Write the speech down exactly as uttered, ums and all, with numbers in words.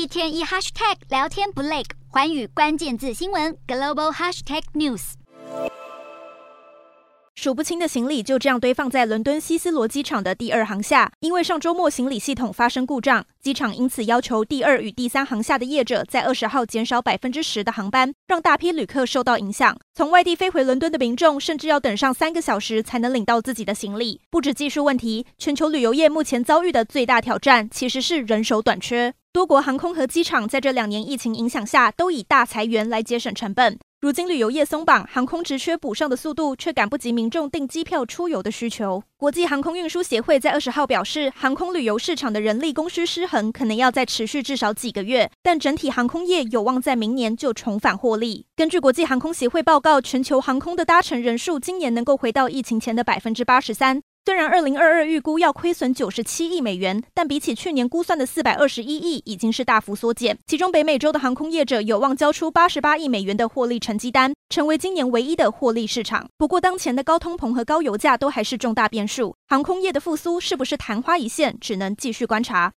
天一 hashtag 聊天不累，寰宇关键字新闻 global hashtag news。 数不清的行李就这样堆放在伦敦希斯罗机场的第二航厦，因为上周末行李系统发生故障，机场因此要求第二与第三航厦的业者在二十号减少百分之十的航班，让大批旅客受到影响。从外地飞回伦敦的民众甚至要等上三个小时才能领到自己的行李。不止技术问题，全球旅游业目前遭遇的最大挑战其实是人手短缺。多国航空和机场在这两年疫情影响下，都以大裁员来节省成本。如今旅游业松绑，航空职缺补上的速度却赶不及民众订机票出游的需求。国际航空运输协会在二十号表示，航空旅游市场的人力供需失衡可能要再持续至少几个月，但整体航空业有望在明年就重返获利。根据国际航空协会报告，全球航空的搭乘人数今年能够回到疫情前的百分之八十三。虽然二零二二预估要亏损九十七亿美元，但比起去年估算的四百二十一亿，已经是大幅缩减。其中北美洲的航空业者有望交出八十八亿美元的获利成绩单，成为今年唯一的获利市场。不过，当前的高通膨和高油价都还是重大变数，航空业的复苏是不是昙花一现，只能继续观察。